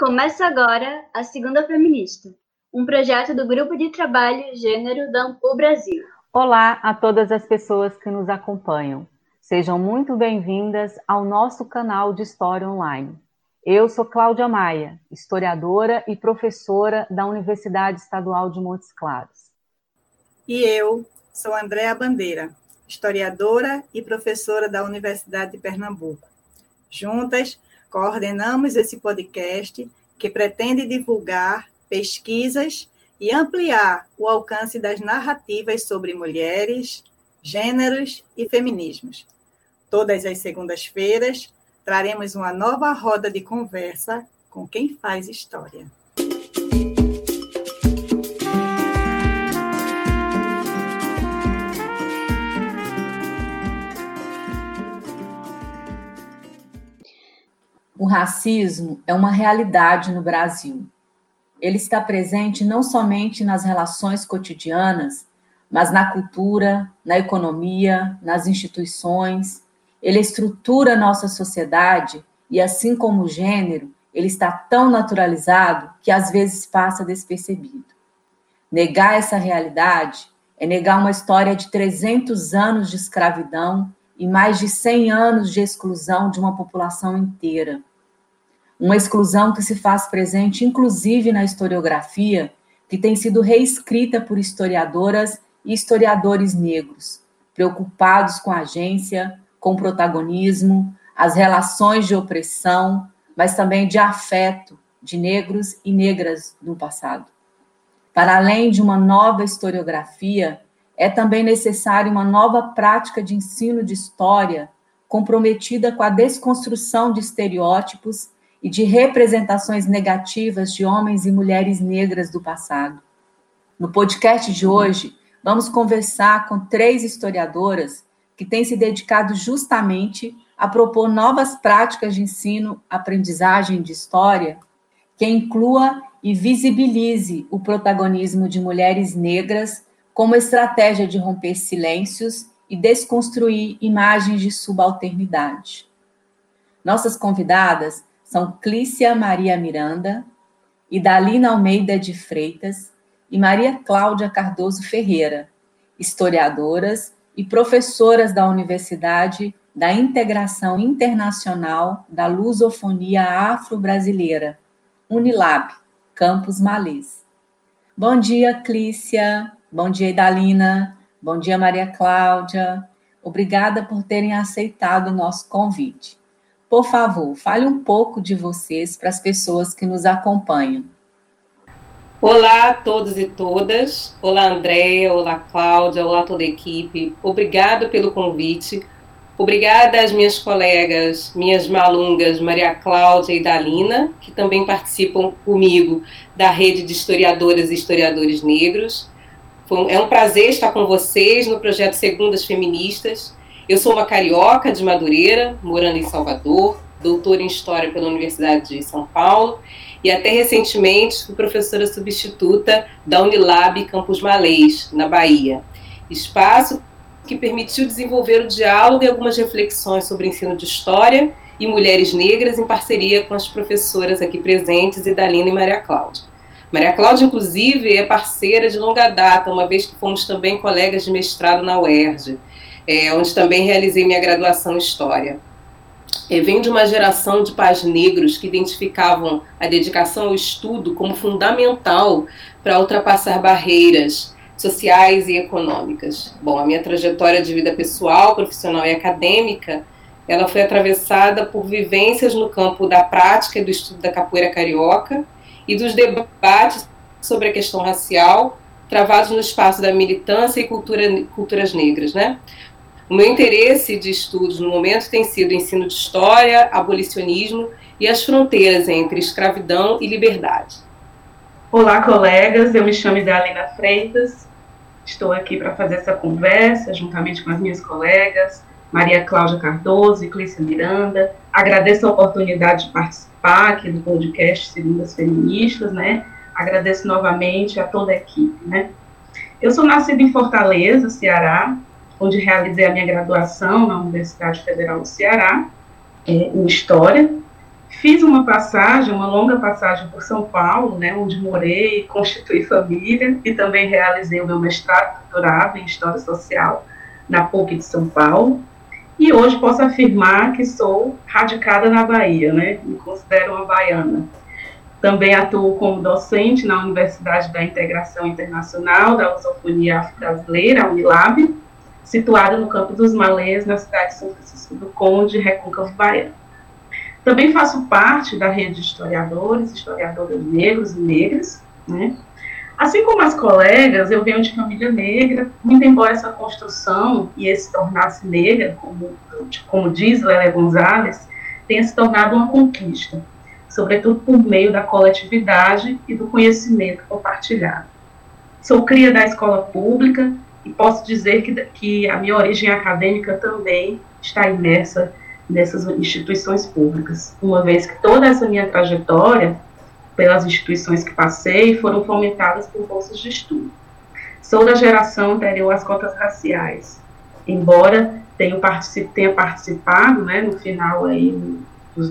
Começa agora a Segunda Feminista, um projeto do Grupo de Trabalho Gênero da Ampul Brasil. Olá a todas as pessoas que nos acompanham. Sejam muito bem-vindas ao nosso canal de História Online. Eu sou Cláudia Maia, historiadora e professora da Universidade Estadual de Montes Claros. E eu sou Andréa Bandeira, historiadora e professora da Universidade de Pernambuco. Juntas, coordenamos esse podcast que pretende divulgar pesquisas e ampliar o alcance das narrativas sobre mulheres, gêneros e feminismos. Todas as segundas-feiras, traremos uma nova roda de conversa com quem faz história. O racismo é uma realidade no Brasil. Ele está presente não somente nas relações cotidianas, mas na cultura, na economia, nas instituições. Ele estrutura nossa sociedade e, assim como o gênero, ele está tão naturalizado que às vezes passa despercebido. Negar essa realidade é negar uma história de 300 anos de escravidão e mais de 100 anos de exclusão de uma população inteira. Uma exclusão que se faz presente, inclusive, na historiografia, que tem sido reescrita por historiadoras e historiadores negros, preocupados com a agência, com protagonismo, as relações de opressão, mas também de afeto de negros e negras no passado. Para além de uma nova historiografia, é também necessária uma nova prática de ensino de história comprometida com a desconstrução de estereótipos e de representações negativas de homens e mulheres negras do passado. No podcast de hoje, vamos conversar com 3 historiadoras que têm se dedicado justamente a propor novas práticas de ensino, aprendizagem de história, que inclua e visibilize o protagonismo de mulheres negras como estratégia de romper silêncios e desconstruir imagens de subalternidade. Nossas convidadas são Clícia Maria Miranda, Idalina Almeida de Freitas e Maria Cláudia Cardoso Ferreira, historiadoras e professoras da Universidade da Integração Internacional da Lusofonia Afro-Brasileira, Unilab, Campus Malês. Bom dia, Clícia. Bom dia, Idalina. Bom dia, Maria Cláudia. Obrigada por terem aceitado o nosso convite. Por favor, fale um pouco de vocês para as pessoas que nos acompanham. Olá a todos e todas. Olá, Andréa. Olá, Cláudia. Olá, toda a equipe. Obrigada pelo convite. Obrigada às minhas colegas, minhas malungas, Maria Cláudia e Idalina, que também participam comigo da rede de historiadoras e historiadores negros. É um prazer estar com vocês no projeto Segundas Feministas. Eu sou uma carioca de Madureira, morando em Salvador, doutora em História pela Universidade de São Paulo e até recentemente fui professora substituta da Unilab Campus Malês, na Bahia. Espaço que permitiu desenvolver o diálogo e algumas reflexões sobre ensino de História e mulheres negras em parceria com as professoras aqui presentes, Idalina e Maria Cláudia. Maria Cláudia, inclusive, é parceira de longa data, uma vez que fomos também colegas de mestrado na UERJ, onde também realizei minha graduação em História. Venho de uma geração de pais negros que identificavam a dedicação ao estudo como fundamental para ultrapassar barreiras sociais e econômicas. Bom, a minha trajetória de vida pessoal, profissional e acadêmica, ela foi atravessada por vivências no campo da prática e do estudo da capoeira carioca e dos debates sobre a questão racial, travados no espaço da militância e culturas negras, né? O meu interesse de estudos no momento tem sido ensino de história, abolicionismo e as fronteiras entre escravidão e liberdade. Olá, colegas, eu me chamo Idalina Freitas, estou aqui para fazer essa conversa juntamente com as minhas colegas, Maria Cláudia Cardoso e Clícia Miranda. Agradeço a oportunidade de participar aqui do podcast Segundas Feministas, né? Agradeço novamente a toda a equipe, né? Eu sou nascida em Fortaleza, Ceará, onde realizei a minha graduação na Universidade Federal do Ceará, em História. Fiz uma longa passagem por São Paulo, né, onde morei, constituí família e também realizei o meu mestrado doutorado em História Social na PUC de São Paulo. E hoje posso afirmar que sou radicada na Bahia, né, me considero uma baiana. Também atuo como docente na Universidade da Integração Internacional da Lusofonia Afro-Brasileira, a Unilab, situada no Campo dos Malês, na cidade de São Francisco do Conde, Recôncavo Baiano. Também faço parte da rede de historiadores negros e negras, né? Assim como as colegas, eu venho de família negra, muito embora essa construção e esse tornar-se negra, como diz Lélia Gonzalez, tenha se tornado uma conquista, sobretudo por meio da coletividade e do conhecimento compartilhado. Sou cria da escola pública e posso dizer que a minha origem acadêmica também está imersa nessas instituições públicas, uma vez que toda essa minha trajetória, pelas instituições que passei, foram fomentadas por bolsas de estudo. Sou da geração anterior às cotas raciais, embora tenha participado, né, no final aí dos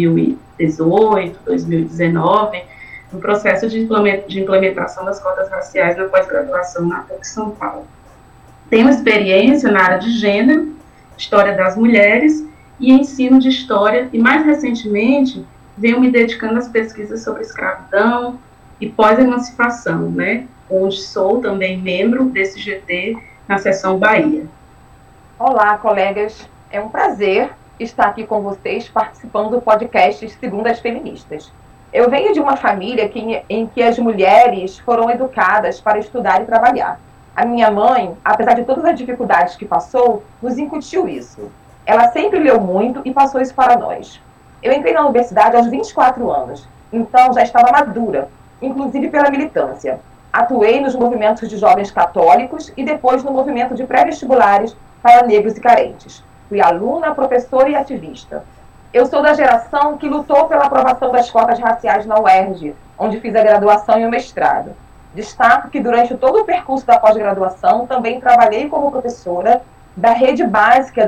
2018, 2019, no processo de implementação das cotas raciais na pós-graduação na PUC São Paulo. Tenho experiência na área de gênero, história das mulheres e ensino de história, e mais recentemente venho me dedicando às pesquisas sobre escravidão e pós-emancipação, né, onde sou também membro desse GT na seção Bahia. Olá, colegas, é um prazer estar aqui com vocês participando do podcast Segundas Feministas. Eu venho de uma família em que as mulheres foram educadas para estudar e trabalhar. A minha mãe, apesar de todas as dificuldades que passou, nos incutiu isso. Ela sempre leu muito e passou isso para nós. Eu entrei na universidade aos 24 anos, então já estava madura, inclusive pela militância. Atuei nos movimentos de jovens católicos e depois no movimento de pré-vestibulares para negros e carentes. Fui aluna, professora e ativista. Eu sou da geração que lutou pela aprovação das cotas raciais na UERJ, onde fiz a graduação e o mestrado. Destaco que durante todo o percurso da pós-graduação também trabalhei como professora da rede básica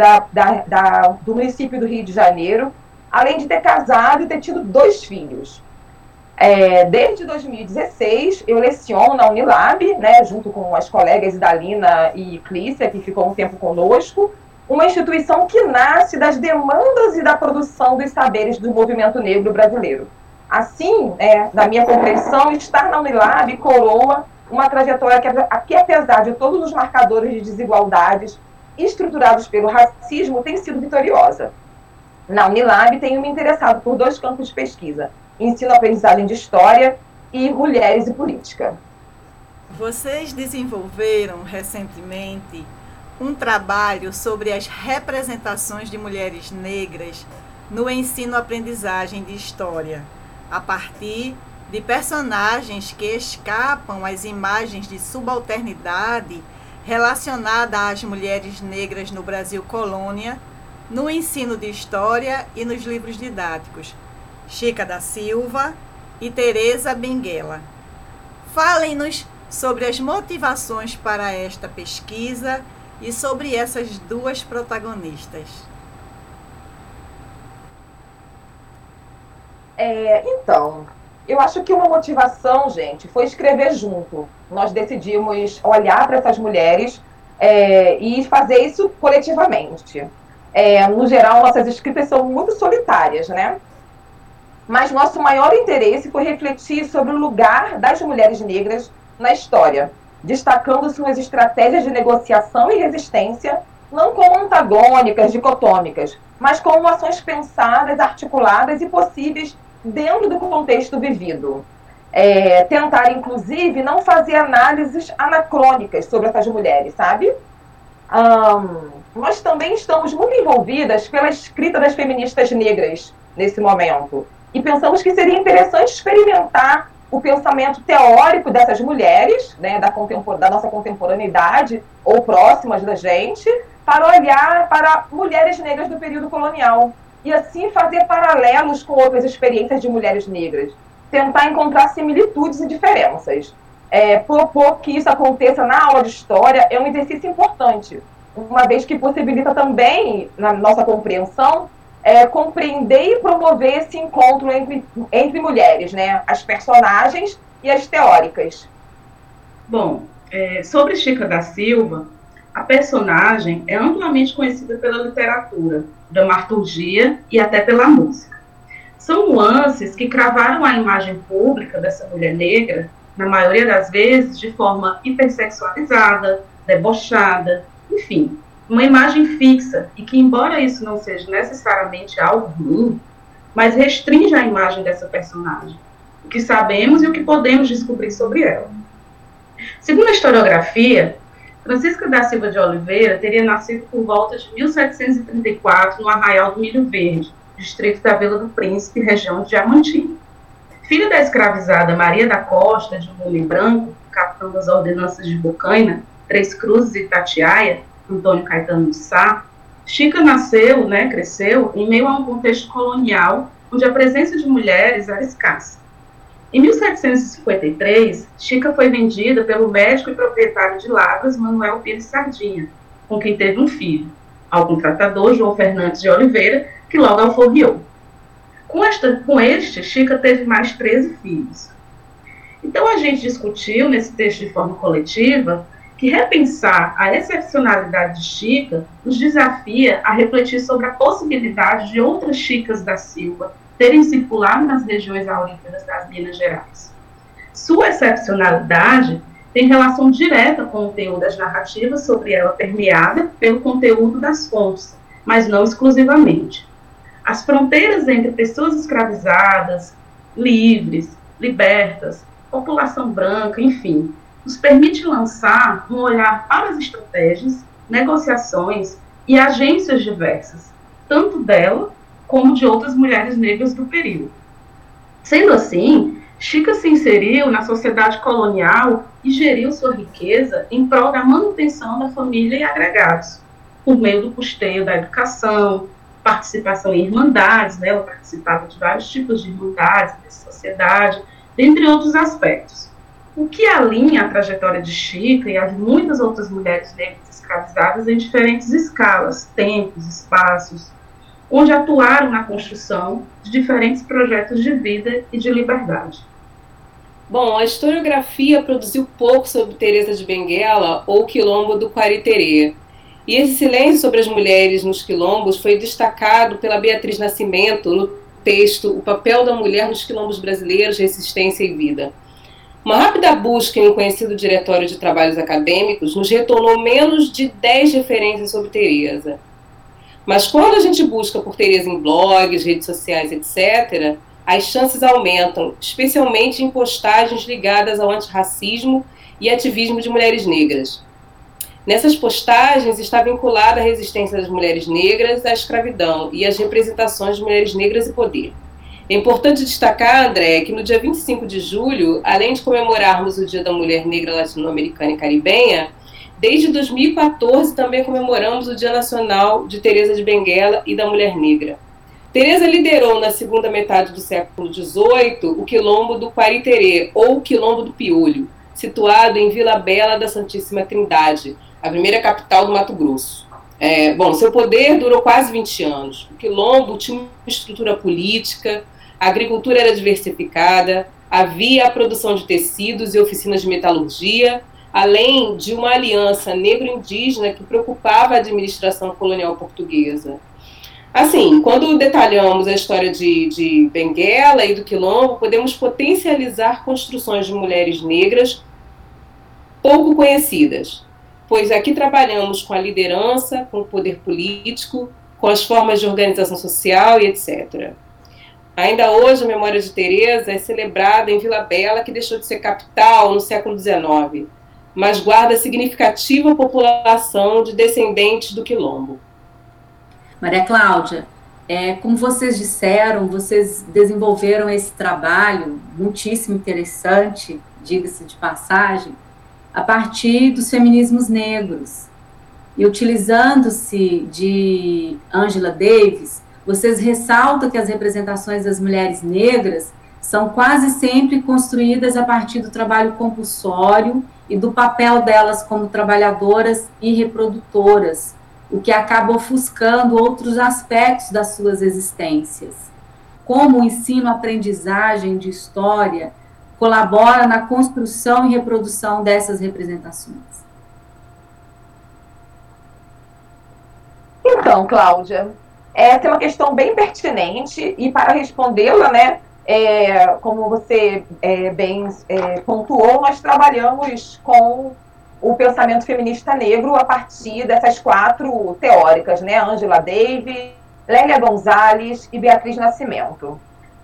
do município do Rio de Janeiro, além de ter casado e ter tido 2 filhos. Desde 2016, eu leciono na Unilab, né, junto com as colegas Idalina e Clícia, que ficou um tempo conosco, uma instituição que nasce das demandas e da produção dos saberes do movimento negro brasileiro. Assim, na minha compreensão, estar na Unilab coroa uma trajetória que, apesar de todos os marcadores de desigualdades estruturados pelo racismo, tem sido vitoriosa. Na Unilab, tenho me interessado por 2 campos de pesquisa: ensino-aprendizagem de história e mulheres e política. Vocês desenvolveram recentemente um trabalho sobre as representações de mulheres negras no ensino-aprendizagem de história, a partir de personagens que escapam às imagens de subalternidade relacionada às mulheres negras no Brasil colônia, no ensino de história e nos livros didáticos, Chica da Silva e Teresa Benguela. Falem-nos sobre as motivações para esta pesquisa e sobre essas 2 protagonistas. Então, eu acho que uma motivação, gente, foi escrever junto. Nós decidimos olhar para essas mulheres e fazer isso coletivamente. No geral, nossas escritas são muito solitárias, né? Mas nosso maior interesse foi refletir sobre o lugar das mulheres negras na história, destacando suas estratégias de negociação e resistência, não como antagônicas, dicotômicas, mas como ações pensadas, articuladas e possíveis dentro do contexto vivido. Tentar, inclusive, não fazer análises anacrônicas sobre essas mulheres, sabe? Nós também estamos muito envolvidas pela escrita das feministas negras nesse momento. E pensamos que seria interessante experimentar o pensamento teórico dessas mulheres, né, da nossa contemporaneidade, ou próximas da gente, para olhar para mulheres negras do período colonial. E assim fazer paralelos com outras experiências de mulheres negras. Tentar encontrar similitudes e diferenças. Propor que isso aconteça na aula de história é um exercício importante, uma vez que possibilita também, na nossa compreensão, compreender e promover esse encontro entre mulheres, né? As personagens e as teóricas. Bom, sobre Chica da Silva, a personagem é amplamente conhecida pela literatura, dramaturgia e até pela música. São nuances que cravaram a imagem pública dessa mulher negra, na maioria das vezes, de forma hipersexualizada, debochada, enfim, uma imagem fixa e que, embora isso não seja necessariamente algo ruim, mas restringe a imagem dessa personagem, o que sabemos e o que podemos descobrir sobre ela. Segundo a historiografia, Francisca da Silva de Oliveira teria nascido por volta de 1734 no Arraial do Milho Verde, distrito da Vila do Príncipe, região de Diamantina. Filha da escravizada Maria da Costa, de um homem branco, capitão das ordenanças de Bocaina, Três Cruzes e Itatiaia, Antônio Caetano de Sá, Chica cresceu em meio a um contexto colonial onde a presença de mulheres era escassa. Em 1753, Chica foi vendida pelo médico e proprietário de Lavras, Manuel Pires Sardinha, com quem teve um filho, ao contratador João Fernandes de Oliveira, que logo alforriou. Com este, Chica teve mais 13 filhos. Então, a gente discutiu, nesse texto de forma coletiva, que repensar a excepcionalidade de Chica nos desafia a refletir sobre a possibilidade de outras Chicas da Silva terem circulado nas regiões auríferas das Minas Gerais. Sua excepcionalidade tem relação direta com o teor das narrativas sobre ela permeada pelo conteúdo das fontes, mas não exclusivamente. As fronteiras entre pessoas escravizadas, livres, libertas, população branca, enfim, nos permite lançar um olhar para as estratégias, negociações e agências diversas, tanto dela como de outras mulheres negras do período. Sendo assim, Chica se inseriu na sociedade colonial e geriu sua riqueza em prol da manutenção da família e agregados, por meio do custeio da educação, participação em irmandades, ela participava de vários tipos de irmandades, de sociedade, dentre outros aspectos. O que alinha a trajetória de Chica e a de muitas outras mulheres negras escravizadas em diferentes escalas, tempos, espaços, onde atuaram na construção de diferentes projetos de vida e de liberdade. Bom, a historiografia produziu pouco sobre Teresa de Benguela ou Quilombo do Quariterê. E esse silêncio sobre as mulheres nos quilombos foi destacado pela Beatriz Nascimento no texto O Papel da Mulher nos Quilombos Brasileiros, Resistência e Vida. Uma rápida busca em um conhecido diretório de trabalhos acadêmicos nos retornou menos de 10 referências sobre Teresa. Mas quando a gente busca por Teresa em blogs, redes sociais, etc., as chances aumentam, especialmente em postagens ligadas ao antirracismo e ativismo de mulheres negras. Nessas postagens está vinculada a resistência das mulheres negras à escravidão e às representações de mulheres negras e poder. É importante destacar, André, que no dia 25 de julho, além de comemorarmos o Dia da Mulher Negra Latino-Americana e Caribenha, desde 2014 também comemoramos o Dia Nacional de Teresa de Benguela e da Mulher Negra. Teresa liderou na segunda metade do século XVIII o Quilombo do Quariterê, ou Quilombo do Piolho, situado em Vila Bela da Santíssima Trindade, a primeira capital do Mato Grosso. Seu poder durou quase 20 anos. O Quilombo tinha uma estrutura política, a agricultura era diversificada, havia a produção de tecidos e oficinas de metalurgia, além de uma aliança negro-indígena que preocupava a administração colonial portuguesa. Assim, quando detalhamos a história de Benguela e do Quilombo, podemos potencializar construções de mulheres negras pouco conhecidas, pois aqui trabalhamos com a liderança, com o poder político, com as formas de organização social e etc. Ainda hoje, a memória de Teresa é celebrada em Vila Bela, que deixou de ser capital no século XIX, mas guarda significativa população de descendentes do Quilombo. Maria Cláudia, como vocês disseram, vocês desenvolveram esse trabalho muitíssimo interessante, diga-se de passagem, a partir dos feminismos negros. E utilizando-se de Angela Davis, vocês ressaltam que as representações das mulheres negras são quase sempre construídas a partir do trabalho compulsório e do papel delas como trabalhadoras e reprodutoras, o que acaba ofuscando outros aspectos das suas existências. Como o ensino-aprendizagem de história colabora na construção e reprodução dessas representações? Então, Cláudia, essa é uma questão bem pertinente e para respondê-la, né, como você bem pontuou, nós trabalhamos com o pensamento feminista negro a partir dessas 4 teóricas, né, Angela Davis, Lélia Gonzalez e Beatriz Nascimento.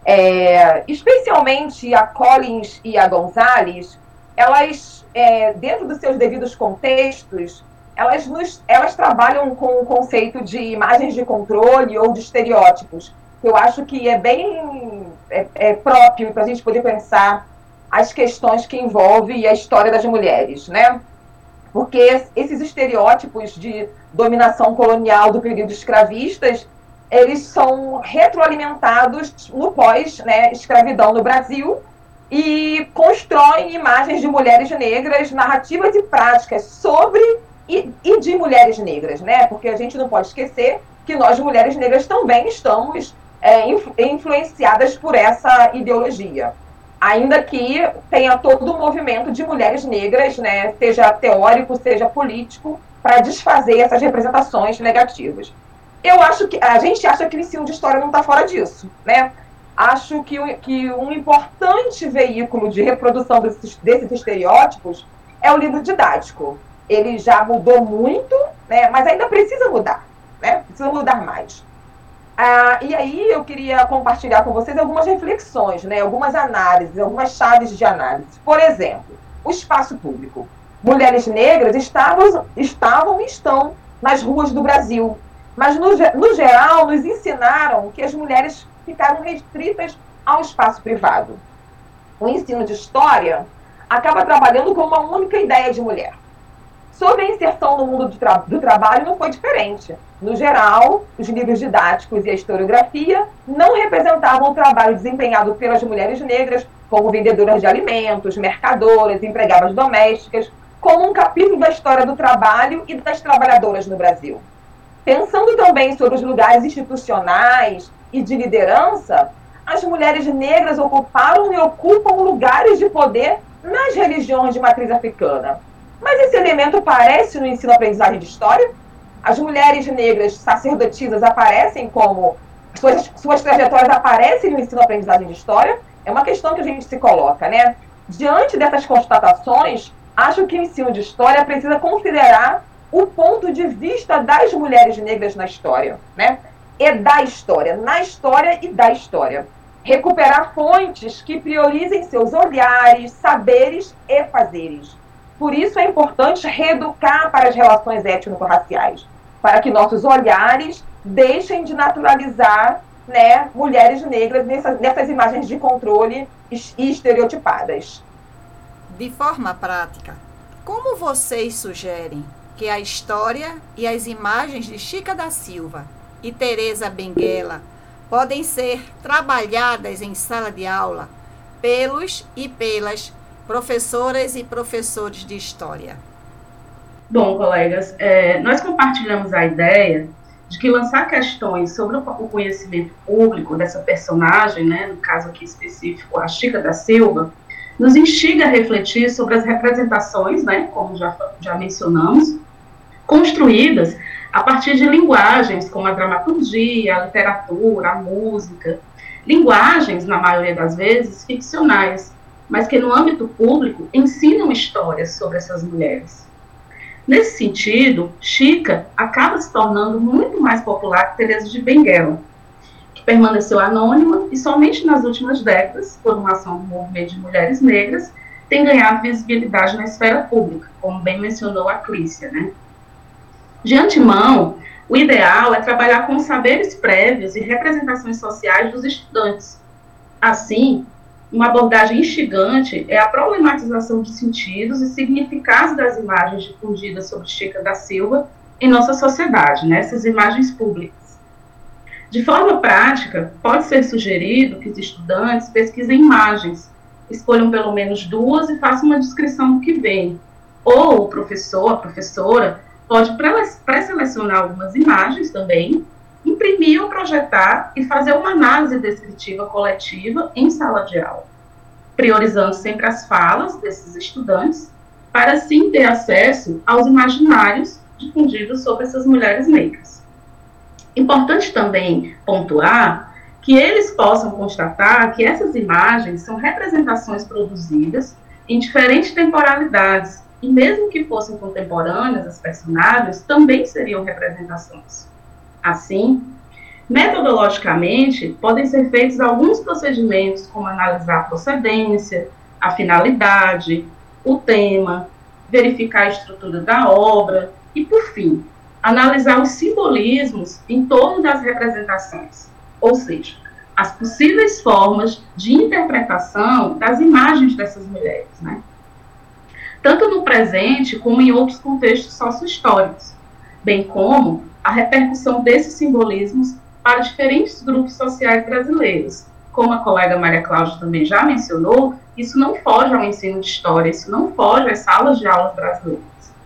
Especialmente a Collins e a Gonzalez, elas, dentro dos seus devidos contextos, elas trabalham com o conceito de imagens de controle ou de estereótipos, que eu acho que é bem próprio para a gente poder pensar as questões que envolvem a história das mulheres, né? Porque esses estereótipos de dominação colonial do período escravistas, eles são retroalimentados no pós-escravidão no Brasil e constroem imagens de mulheres negras, narrativas e práticas sobre e de mulheres negras, né? Porque a gente não pode esquecer que nós, mulheres negras, também estamos influenciadas por essa ideologia. Ainda que tenha todo um movimento de mulheres negras, né, seja teórico, seja político, para desfazer essas representações negativas. A gente acha que o ensino de história não está fora disso, né? Acho que um importante veículo de reprodução desses estereótipos é o livro didático. Ele já mudou muito, né, mas ainda precisa mudar, né? Precisa mudar mais. E aí eu queria compartilhar com vocês algumas reflexões, né, algumas análises, algumas chaves de análise. Por exemplo, o espaço público. Mulheres negras estavam e estão nas ruas do Brasil, mas no geral nos ensinaram que as mulheres ficaram restritas ao espaço privado. O ensino de história acaba trabalhando com uma única ideia de mulher. Sobre a inserção no mundo do trabalho não foi diferente. No geral, os livros didáticos e a historiografia não representavam o trabalho desempenhado pelas mulheres negras como vendedoras de alimentos, mercadoras, empregadas domésticas, como um capítulo da história do trabalho e das trabalhadoras no Brasil. Pensando também sobre os lugares institucionais e de liderança, as mulheres negras ocuparam e ocupam lugares de poder nas religiões de matriz africana. Mas esse elemento aparece no ensino-aprendizagem de história? As mulheres negras sacerdotisas aparecem como... Suas trajetórias aparecem no ensino-aprendizagem de história? É uma questão que a gente se coloca, né? Diante dessas constatações, acho que o ensino de história precisa considerar o ponto de vista das mulheres negras na história, né? E da história, na história e da história. Recuperar fontes que priorizem seus olhares, saberes e fazeres. Por isso é importante reeducar para as relações étnico-raciais, para que nossos olhares deixem de naturalizar, né, mulheres negras nessas imagens de controle e estereotipadas. De forma prática, como vocês sugerem que a história e as imagens de Chica da Silva e Teresa Benguela podem ser trabalhadas em sala de aula pelos e pelas professoras e professores de história? Bom, colegas, nós compartilhamos a ideia de que lançar questões sobre o conhecimento público dessa personagem, né, no caso aqui específico, a Chica da Silva, nos instiga a refletir sobre as representações, né, como já mencionamos, construídas a partir de linguagens como a dramaturgia, a literatura, a música, linguagens, na maioria das vezes, ficcionais, mas que no âmbito público ensinam histórias sobre essas mulheres. Nesse sentido, Chica acaba se tornando muito mais popular que Teresa de Benguela, que permaneceu anônima e somente nas últimas décadas, por uma ação do movimento de mulheres negras, tem ganhado visibilidade na esfera pública, como bem mencionou a Clícia, né? De antemão, o ideal é trabalhar com saberes prévios e representações sociais dos estudantes. Assim, uma abordagem instigante é a problematização de sentidos e significados das imagens difundidas sobre Chica da Silva em nossa sociedade, né, essas imagens públicas. De forma prática, pode ser sugerido que os estudantes pesquisem imagens, escolham pelo menos 2 e façam uma descrição do que vem. Ou o professor, a professora, pode pré-selecionar algumas imagens também, imprimir ou projetar e fazer uma análise descritiva coletiva em sala de aula, priorizando sempre as falas desses estudantes, para assim ter acesso aos imaginários difundidos sobre essas mulheres negras. Importante também pontuar que eles possam constatar que essas imagens são representações produzidas em diferentes temporalidades, e mesmo que fossem contemporâneas, as personagens também seriam representações. Assim, metodologicamente, podem ser feitos alguns procedimentos, como analisar a procedência, a finalidade, o tema, verificar a estrutura da obra e, por fim, analisar os simbolismos em torno das representações, ou seja, as possíveis formas de interpretação das imagens dessas mulheres, né? Tanto no presente como em outros contextos sociohistóricos, bem como a repercussão desses simbolismos para diferentes grupos sociais brasileiros. Como a colega Maria Cláudia também já mencionou, isso não foge ao ensino de história, isso não foge às salas de aulas brasileiras.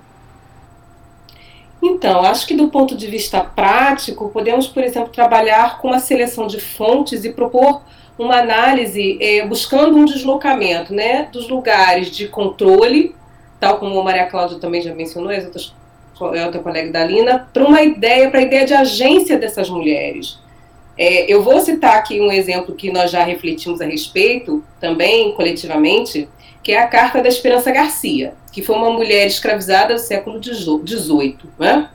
Então, acho que do ponto de vista prático, podemos, por exemplo, trabalhar com uma seleção de fontes e propor uma análise buscando um deslocamento, né, dos lugares de controle, tal como a Maria Cláudia também já mencionou, a outra colega da Lina, para a ideia de agência dessas mulheres. Eu vou citar aqui um exemplo que nós já refletimos a respeito, também coletivamente, que é a Carta da Esperança Garcia, que foi uma mulher escravizada do século XVIII. Né?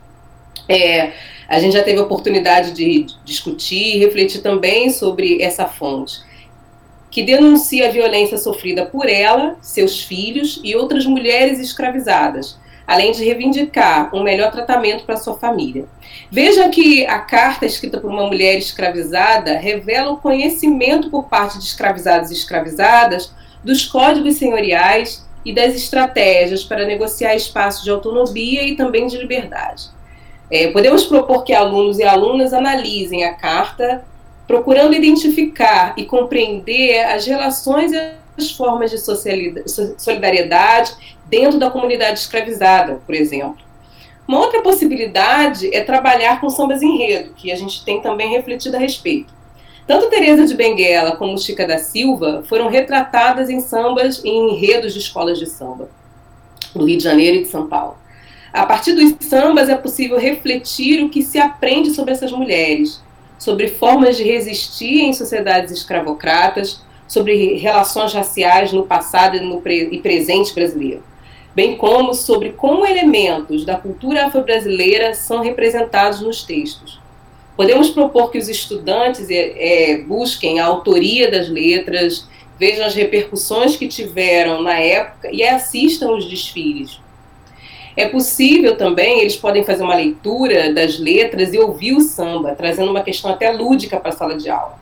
A gente já teve a oportunidade de discutir e refletir também sobre essa fonte, que denuncia a violência sofrida por ela, seus filhos e outras mulheres escravizadas, além de reivindicar um melhor tratamento para sua família. Veja que a carta escrita por uma mulher escravizada revela o conhecimento por parte de escravizados e escravizadas dos códigos senhoriais e das estratégias para negociar espaços de autonomia e também de liberdade. Podemos propor que alunos e alunas analisem a carta, procurando identificar e compreender as relações e as formas de solidariedade dentro da comunidade escravizada, por exemplo. Uma outra possibilidade é trabalhar com sambas enredo, que a gente tem também refletido a respeito. Tanto Teresa de Benguela como Chica da Silva foram retratadas em sambas e em enredos de escolas de samba, do Rio de Janeiro e de São Paulo. A partir dos sambas é possível refletir o que se aprende sobre essas mulheres, sobre formas de resistir em sociedades escravocratas, sobre relações raciais no passado e presente brasileiro, bem como sobre como elementos da cultura afro-brasileira são representados nos textos. Podemos propor que os estudantes busquem a autoria das letras, vejam as repercussões que tiveram na época e assistam os desfiles. É possível também, eles podem fazer uma leitura das letras e ouvir o samba, trazendo uma questão até lúdica para a sala de aula.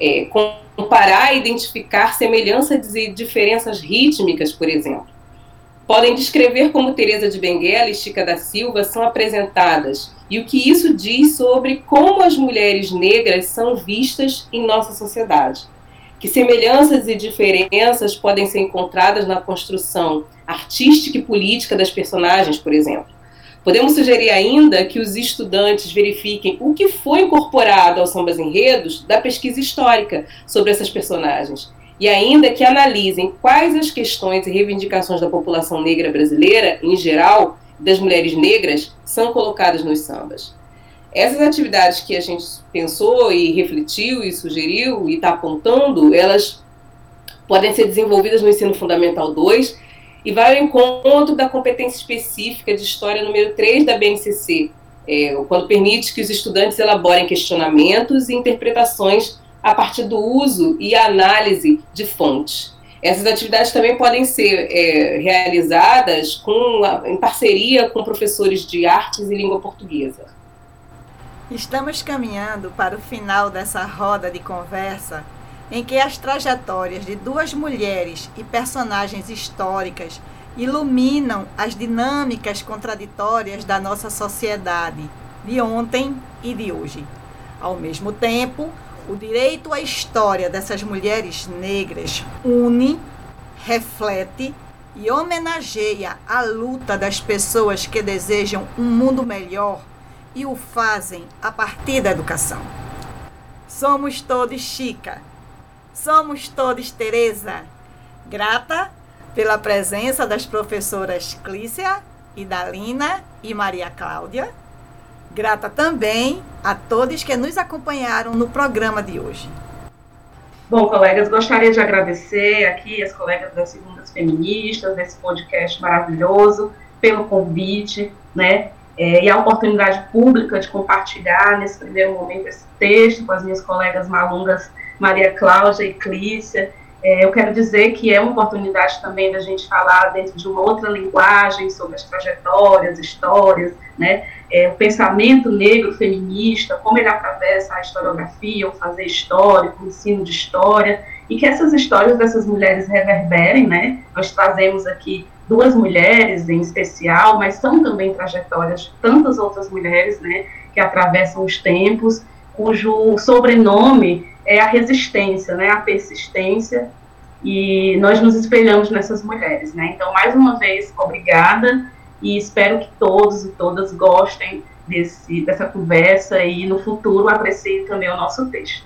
Comparar e identificar semelhanças e diferenças rítmicas, por exemplo. Podem descrever como Teresa de Benguela e Chica da Silva são apresentadas e o que isso diz sobre como as mulheres negras são vistas em nossa sociedade. Que semelhanças e diferenças podem ser encontradas na construção artística e política das personagens, por exemplo. Podemos sugerir ainda que os estudantes verifiquem o que foi incorporado aos sambas enredos da pesquisa histórica sobre essas personagens e ainda que analisem quais as questões e reivindicações da população negra brasileira, em geral, das mulheres negras, são colocadas nos sambas. Essas atividades que a gente pensou e refletiu e sugeriu e está apontando, elas podem ser desenvolvidas no Ensino Fundamental 2 e vai ao encontro da competência específica de História número 3 da BNCC, quando permite que os estudantes elaborem questionamentos e interpretações a partir do uso e análise de fontes. Essas atividades também podem ser realizadas em parceria com professores de artes e língua portuguesa. Estamos caminhando para o final dessa roda de conversa em que as trajetórias de duas mulheres e personagens históricas iluminam as dinâmicas contraditórias da nossa sociedade, de ontem e de hoje. Ao mesmo tempo, o direito à história dessas mulheres negras une, reflete e homenageia a luta das pessoas que desejam um mundo melhor e o fazem a partir da educação. Somos todos Chica, somos todos Teresa. Grata pela presença das professoras Clícia, Idalina e Maria Cláudia. Grata também a todos que nos acompanharam no programa de hoje. Bom, colegas, gostaria de agradecer aqui as colegas das Segundas Feministas, desse podcast maravilhoso, pelo convite, né? E a oportunidade pública de compartilhar nesse primeiro momento esse texto com as minhas colegas malungas Maria Cláudia e Clícia. Eu quero dizer que é uma oportunidade também da gente falar dentro de uma outra linguagem sobre as trajetórias, histórias, né? O pensamento negro feminista, como ele atravessa a historiografia, o fazer histórico, o ensino de história, e que essas histórias dessas mulheres reverberem, né? Nós trazemos aqui 2 mulheres em especial, mas são também trajetórias de tantas outras mulheres, né? Que atravessam os tempos, cujo sobrenome é a resistência, né? A persistência, e nós nos espelhamos nessas mulheres, né? Então, mais uma vez, obrigada, e espero que todos e todas gostem dessa conversa e no futuro apreciem também o nosso texto.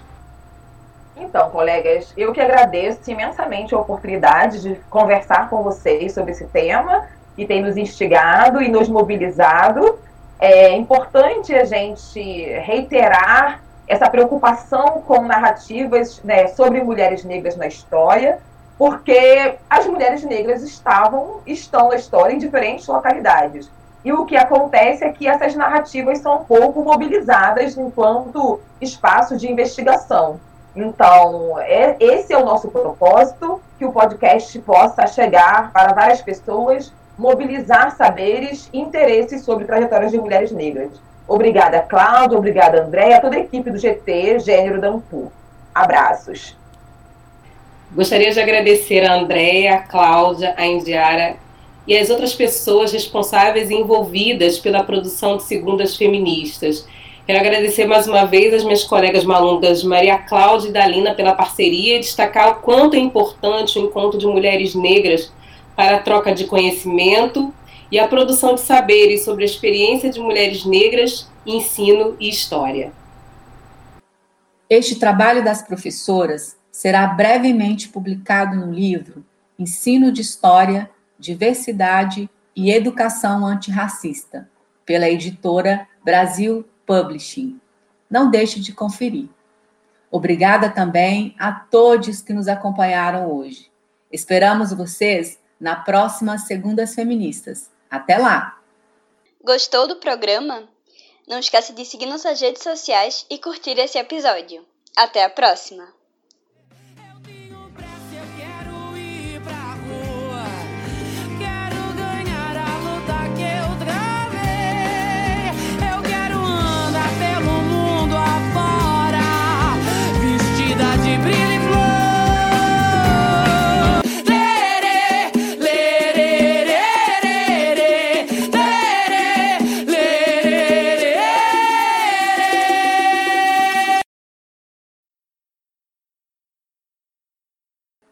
Então, colegas, eu que agradeço imensamente a oportunidade de conversar com vocês sobre esse tema, que tem nos instigado e nos mobilizado. É importante a gente reiterar essa preocupação com narrativas, né, sobre mulheres negras na história, porque as mulheres negras estão na história em diferentes localidades. E o que acontece é que essas narrativas são pouco mobilizadas enquanto espaço de investigação. Então, esse é o nosso propósito, que o podcast possa chegar para várias pessoas, mobilizar saberes e interesses sobre trajetórias de mulheres negras. Obrigada, Cláudia, obrigada, André, a toda a equipe do GT Gênero da Ampul. Abraços. Gostaria de agradecer a Andréia, a Cláudia, a Indiara e as outras pessoas responsáveis e envolvidas pela produção de Segundas Feministas. Quero agradecer mais uma vez as minhas colegas malungas Maria Cláudia e Dalina pela parceria e destacar o quanto é importante o encontro de mulheres negras para a troca de conhecimento e a produção de saberes sobre a experiência de mulheres negras, ensino e história. Este trabalho das professoras será brevemente publicado no livro Ensino de História, Diversidade e Educação Antirracista, pela editora Brasil Publishing. Não deixe de conferir. Obrigada também a todos que nos acompanharam hoje. Esperamos vocês na próxima Segundas Feministas. Até lá! Gostou do programa? Não esqueça de seguir nossas redes sociais e curtir esse episódio. Até a próxima!